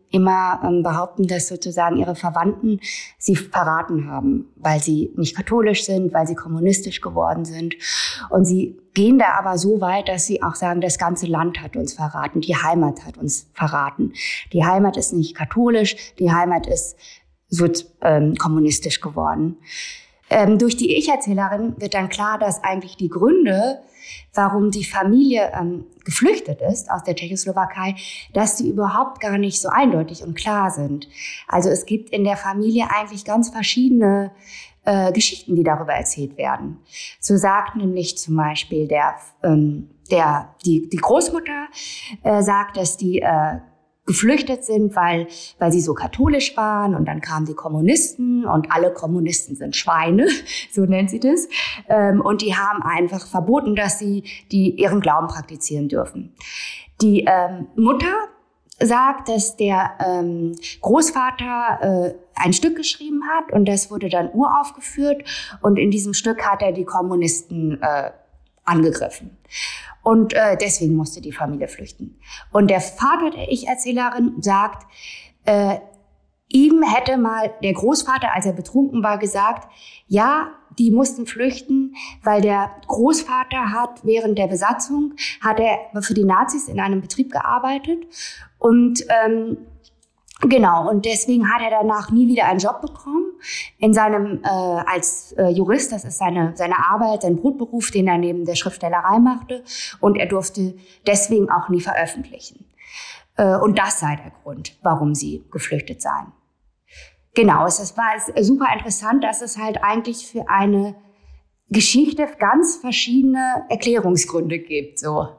immer ähm, behaupten, dass sozusagen ihre Verwandten sie verraten haben, weil sie nicht katholisch sind, weil sie kommunistisch geworden sind. Und sie gehen da aber so weit, dass sie auch sagen, das ganze Land hat uns verraten, die Heimat hat uns verraten. Die Heimat ist nicht katholisch, die Heimat ist so ähm, kommunistisch geworden. Ähm, durch die Ich-Erzählerin wird dann klar, dass eigentlich die Gründe, warum die Familie ähm, geflüchtet ist aus der Tschechoslowakei, dass die überhaupt gar nicht so eindeutig und klar sind. Also es gibt in der Familie eigentlich ganz verschiedene äh, Geschichten, die darüber erzählt werden. So sagt nämlich zum Beispiel der, ähm, der die, die Großmutter äh, sagt, dass die äh, geflüchtet sind, weil, weil sie so katholisch waren, und dann kamen die Kommunisten und alle Kommunisten sind Schweine, so nennt sie das, ähm, und die haben einfach verboten, dass sie die ihren Glauben praktizieren dürfen. Die ähm, Mutter sagt, dass der ähm, Großvater äh, ein Stück geschrieben hat und das wurde dann uraufgeführt, und in diesem Stück hat er die Kommunisten äh, angegriffen. Und äh, deswegen musste die Familie flüchten. Und der Vater der Ich-Erzählerin sagt, äh, ihm hätte mal der Großvater, als er betrunken war, gesagt, ja, die mussten flüchten, weil der Großvater hat während der Besatzung, hat er für die Nazis in einem Betrieb gearbeitet. Und ähm, genau, und deswegen hat er danach nie wieder einen Job bekommen in seinem äh, als äh, Jurist. Das ist seine seine Arbeit, sein Brotberuf, den er neben der Schriftstellerei machte, und er durfte deswegen auch nie veröffentlichen. Äh, und das sei der Grund, warum sie geflüchtet seien. Genau, es, es war es super interessant, dass es halt eigentlich für eine Geschichte ganz verschiedene Erklärungsgründe gibt, so.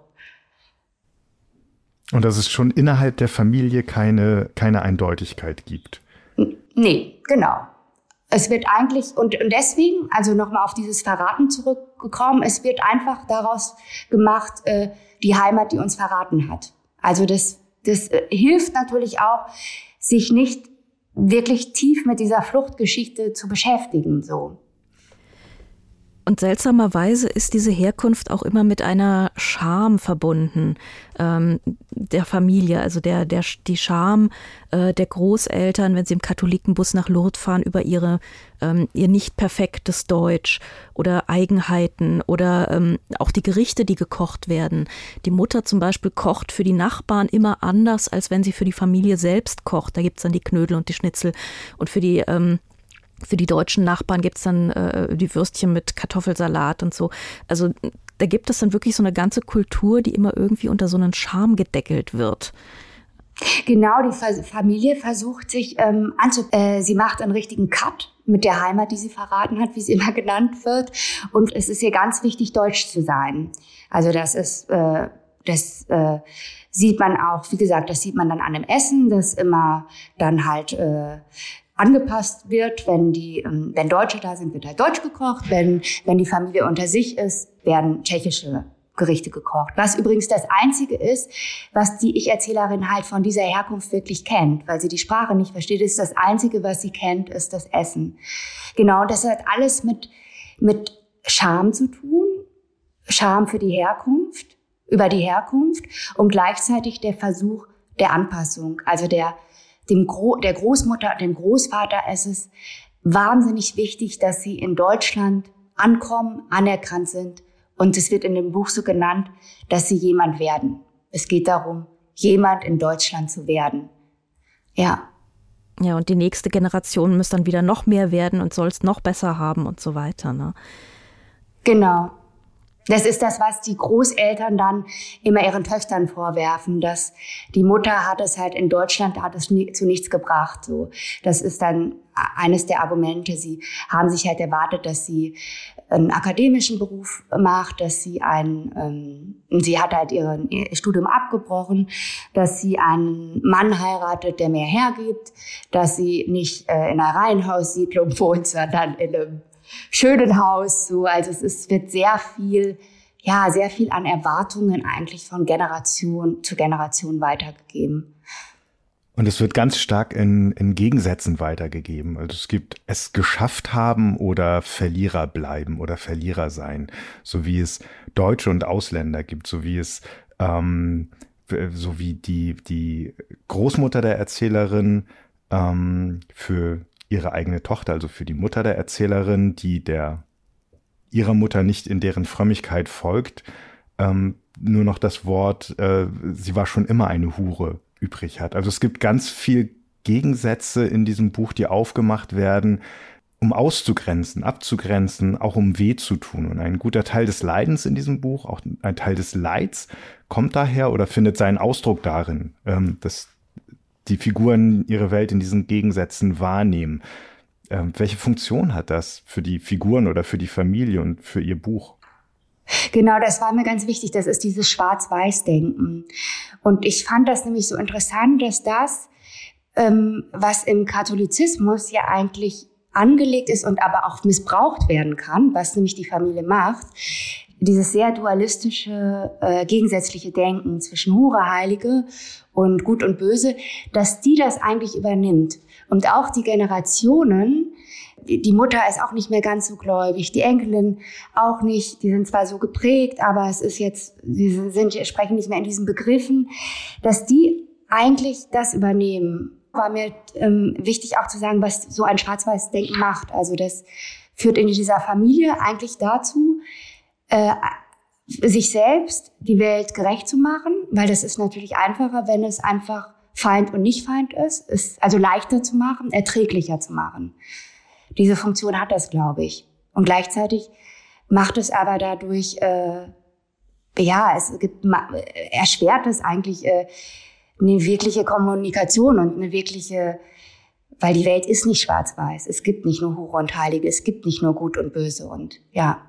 Und dass es schon innerhalb der Familie keine, keine Eindeutigkeit gibt. Nee, genau. Es wird eigentlich, und, und deswegen, also nochmal auf dieses Verraten zurückgekommen, es wird einfach daraus gemacht, äh, die Heimat, die uns verraten hat. Also das, das äh, hilft natürlich auch, sich nicht wirklich tief mit dieser Fluchtgeschichte zu beschäftigen, so. Und seltsamerweise ist diese Herkunft auch immer mit einer Scham verbunden, ähm, der Familie, also der, der, die Scham äh, der Großeltern, wenn sie im Katholikenbus nach Lourdes fahren, über ihre, ähm, ihr nicht perfektes Deutsch oder Eigenheiten oder ähm, auch die Gerichte, die gekocht werden. Die Mutter zum Beispiel kocht für die Nachbarn immer anders, als wenn sie für die Familie selbst kocht. Da gibt's dann die Knödel und die Schnitzel, und für die ähm, Für die deutschen Nachbarn gibt's dann äh, die Würstchen mit Kartoffelsalat und so. Also da gibt es dann wirklich so eine ganze Kultur, die immer irgendwie unter so einen Charme gedeckelt wird. Genau, die Familie versucht sich ähm, anzu... Äh, sie macht einen richtigen Cut mit der Heimat, die sie verraten hat, wie sie immer genannt wird. Und es ist ihr ganz wichtig, deutsch zu sein. Also das ist... Äh, das äh, sieht man auch, wie gesagt, das sieht man dann an dem Essen, das immer dann halt... Äh, angepasst wird, wenn die, wenn Deutsche da sind, wird halt Deutsch gekocht. Wenn, wenn die Familie unter sich ist, werden tschechische Gerichte gekocht. Was übrigens das Einzige ist, was die Ich-Erzählerin halt von dieser Herkunft wirklich kennt, weil sie die Sprache nicht versteht. Ist das Einzige, was sie kennt, ist das Essen. Genau, das hat alles mit, mit Scham zu tun. Scham für die Herkunft, über die Herkunft, und gleichzeitig der Versuch der Anpassung, also der Dem Gro- der Großmutter und dem Großvater ist es wahnsinnig wichtig, dass sie in Deutschland ankommen, anerkannt sind. Und es wird in dem Buch so genannt, dass sie jemand werden. Es geht darum, jemand in Deutschland zu werden. Ja. Ja, und die nächste Generation muss dann wieder noch mehr werden und soll es noch besser haben und so weiter, ne? Genau. Das ist das, was die Großeltern dann immer ihren Töchtern vorwerfen, dass die Mutter hat es halt in Deutschland, hat es nie, zu nichts gebracht. So, das ist dann eines der Argumente. Sie haben sich halt erwartet, dass sie einen akademischen Beruf macht, dass sie ein, ähm, sie hat halt ihren, ihr Studium abgebrochen, dass sie einen Mann heiratet, der mehr hergibt, dass sie nicht äh, in einer Reihenhaussiedlung wohnt, sondern in einem schönen Haus, so. Also es ist, wird sehr viel, ja, sehr viel an Erwartungen eigentlich von Generation zu Generation weitergegeben. Und es wird ganz stark in, in Gegensätzen weitergegeben. Also es gibt es geschafft haben oder Verlierer bleiben oder Verlierer sein. So wie es Deutsche und Ausländer gibt, so wie es ähm, so wie die, die Großmutter der Erzählerin ähm, für ihre eigene Tochter, also für die Mutter der Erzählerin, die der ihrer Mutter nicht in deren Frömmigkeit folgt, ähm, nur noch das Wort, äh, sie war schon immer eine Hure übrig hat. Also es gibt ganz viel Gegensätze in diesem Buch, die aufgemacht werden, um auszugrenzen, abzugrenzen, auch um weh zu tun. Und ein guter Teil des Leidens in diesem Buch, auch ein Teil des Leids, kommt daher oder findet seinen Ausdruck darin, ähm, dass die Figuren ihre Welt in diesen Gegensätzen wahrnehmen. Ähm, welche Funktion hat das für die Figuren oder für die Familie und für ihr Buch? Genau, das war mir ganz wichtig. Das ist dieses Schwarz-Weiß-Denken. Und ich fand das nämlich so interessant, dass das, ähm, was im Katholizismus ja eigentlich angelegt ist und aber auch missbraucht werden kann, was nämlich die Familie macht, dieses sehr dualistische, äh, gegensätzliche Denken zwischen Hure, Heilige und Gut und Böse, dass die das eigentlich übernimmt. Und auch die Generationen, die Mutter ist auch nicht mehr ganz so gläubig, die Enkelin auch nicht, die sind zwar so geprägt, aber es ist jetzt, sie sind, sprechen nicht mehr in diesen Begriffen, dass die eigentlich das übernehmen. War mir ähm, wichtig auch zu sagen, was so ein Schwarz-Weiß-Denken macht. Also das führt in dieser Familie eigentlich dazu, äh, sich selbst die Welt gerecht zu machen, weil das ist natürlich einfacher, wenn es einfach Feind und nicht Feind ist, ist also leichter zu machen, erträglicher zu machen. Diese Funktion hat das, glaube ich. Und gleichzeitig macht es aber dadurch, äh, ja, es gibt, erschwert es eigentlich äh, eine wirkliche Kommunikation und eine wirkliche, weil die Welt ist nicht schwarz-weiß. Es gibt nicht nur Hure und Heilige, es gibt nicht nur Gut und Böse und ja,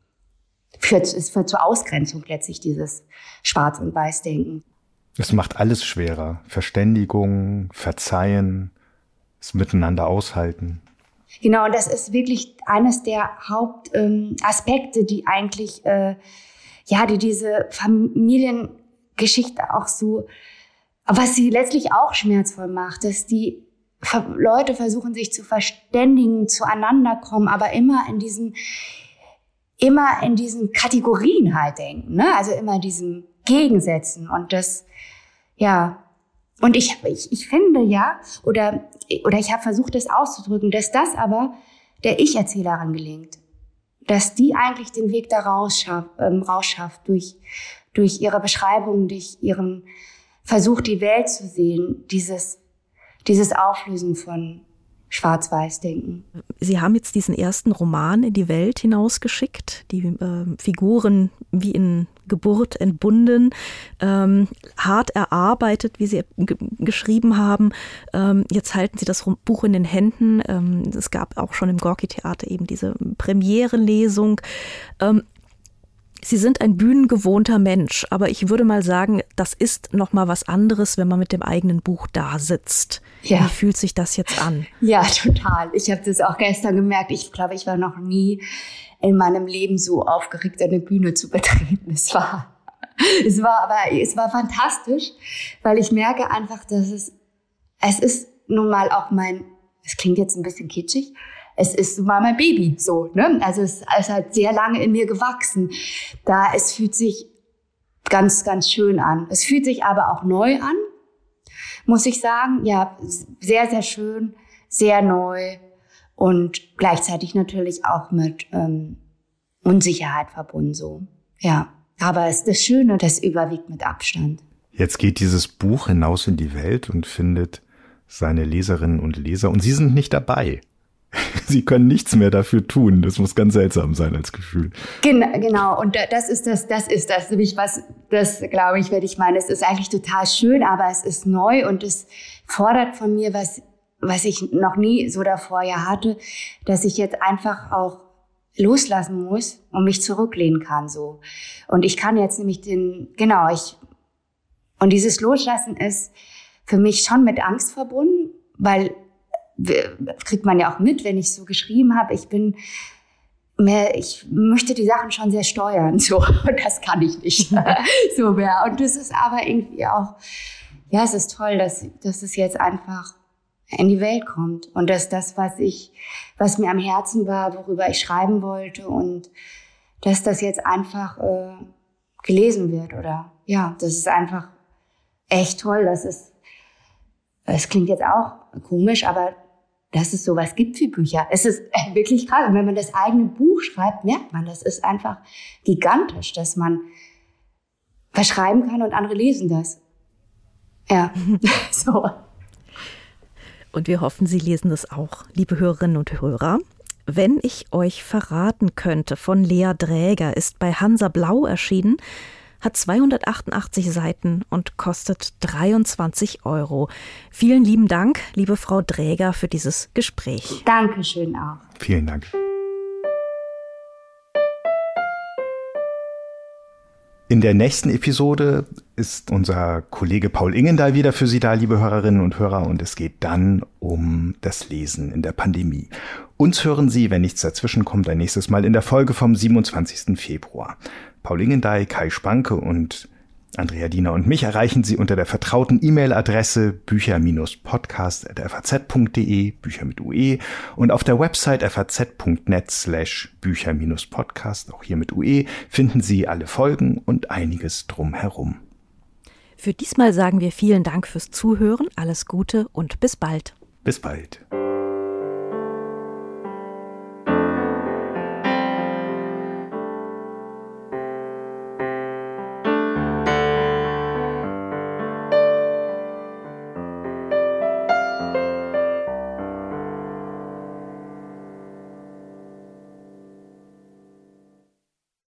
führt, es führt zur Ausgrenzung letztlich dieses Schwarz- und Weiß-Denken. Es macht alles schwerer. Verständigung, Verzeihen, das Miteinander aushalten. Genau, und das ist wirklich eines der Hauptaspekte, ähm, die eigentlich, äh, ja, die diese Familiengeschichte auch so, was sie letztlich auch schmerzvoll macht, dass die Leute versuchen, sich zu verständigen, zueinander kommen, aber immer in diesen, immer in diesen Kategorien halt denken, ne? Also immer diesen Gegensätzen und das, ja, und ich, ich, ich finde ja, oder, oder ich habe versucht, das auszudrücken, dass das aber der Ich-Erzählerin gelingt. Dass die eigentlich den Weg da rausschafft, ähm, rausschafft durch, durch ihre Beschreibung, durch ihren Versuch, die Welt zu sehen, dieses, dieses Auflösen von Schwarz-Weiß-Denken. Sie haben jetzt diesen ersten Roman in die Welt hinausgeschickt, die äh, Figuren wie in Geburt entbunden, ähm, hart erarbeitet, wie Sie g- geschrieben haben. Ähm, jetzt halten Sie das Buch in den Händen. Ähm, es gab auch schon im Gorki-Theater eben diese Premierenlesung. Ähm, Sie sind ein bühnengewohnter Mensch, aber ich würde mal sagen, das ist noch mal was anderes, wenn man mit dem eigenen Buch da sitzt. Ja. Wie fühlt sich das jetzt an? Ja, total. Ich habe das auch gestern gemerkt. Ich glaube, ich war noch nie in meinem Leben so aufgeregt, eine Bühne zu betreten. Es war, es war aber, es war fantastisch, weil ich merke einfach, dass es, es ist nun mal auch mein, es klingt jetzt ein bisschen kitschig, es ist nun mal mein Baby, so, ne? Also es, es hat sehr lange in mir gewachsen. Da, es fühlt sich ganz, ganz schön an. Es fühlt sich aber auch neu an, muss ich sagen. Ja, sehr, sehr schön, sehr neu und gleichzeitig natürlich auch mit ähm, Unsicherheit verbunden, so. Ja, aber es ist das Schöne, das überwiegt mit Abstand. Jetzt geht dieses Buch hinaus in die Welt und findet seine Leserinnen und Leser und Sie sind nicht dabei. Sie können nichts mehr dafür tun. Das muss ganz seltsam sein als Gefühl. Genau, genau. Und das ist das, das ist das, nämlich was, das glaube ich, werde ich meinen. Es ist eigentlich total schön, aber es ist neu und es fordert von mir was, was ich noch nie so davor ja hatte, dass ich jetzt einfach auch loslassen muss und mich zurücklehnen kann, so. Und ich kann jetzt nämlich den, genau, ich, und dieses Loslassen ist für mich schon mit Angst verbunden, weil kriegt man ja auch mit, wenn ich so geschrieben habe, ich bin mehr, ich möchte die Sachen schon sehr steuern, so, und das kann ich nicht so mehr. Und das ist aber irgendwie auch, ja, es ist toll, dass, dass es jetzt einfach in die Welt kommt und dass das, was ich, was mir am Herzen war, worüber ich schreiben wollte und dass das jetzt einfach äh, gelesen wird oder ja, dass es einfach echt toll, dass es, es klingt jetzt auch komisch, aber dass es sowas gibt wie Bücher. Es ist wirklich krass. Und wenn man das eigene Buch schreibt, merkt man, das ist einfach gigantisch, dass man was schreiben kann und andere lesen das. Ja, so. Und wir hoffen, Sie lesen das auch, liebe Hörerinnen und Hörer. Wenn ich euch verraten könnte, von Lea Dräger, ist bei Hansa Blau erschienen, hat zweihundertachtundachtzig Seiten und kostet dreiundzwanzig Euro. Vielen lieben Dank, liebe Frau Dräger, für dieses Gespräch. Dankeschön auch. Vielen Dank. In der nächsten Episode ist unser Kollege Paul Ingendahl wieder für Sie da, liebe Hörerinnen und Hörer, und es geht dann um das Lesen in der Pandemie. Uns hören Sie, wenn nichts dazwischen kommt, ein nächstes Mal in der Folge vom siebenundzwanzigsten Februar. Paul Ingendahl, Kai Spanke und Andrea Diener und mich erreichen Sie unter der vertrauten E-Mail-Adresse bücher Podcast at f a z punkt d e, Bücher mit U E, und auf der Website f a z punkt net slash Bücher Podcast, auch hier mit U E, finden Sie alle Folgen und einiges drumherum. Für diesmal sagen wir vielen Dank fürs Zuhören, alles Gute und bis bald. Bis bald.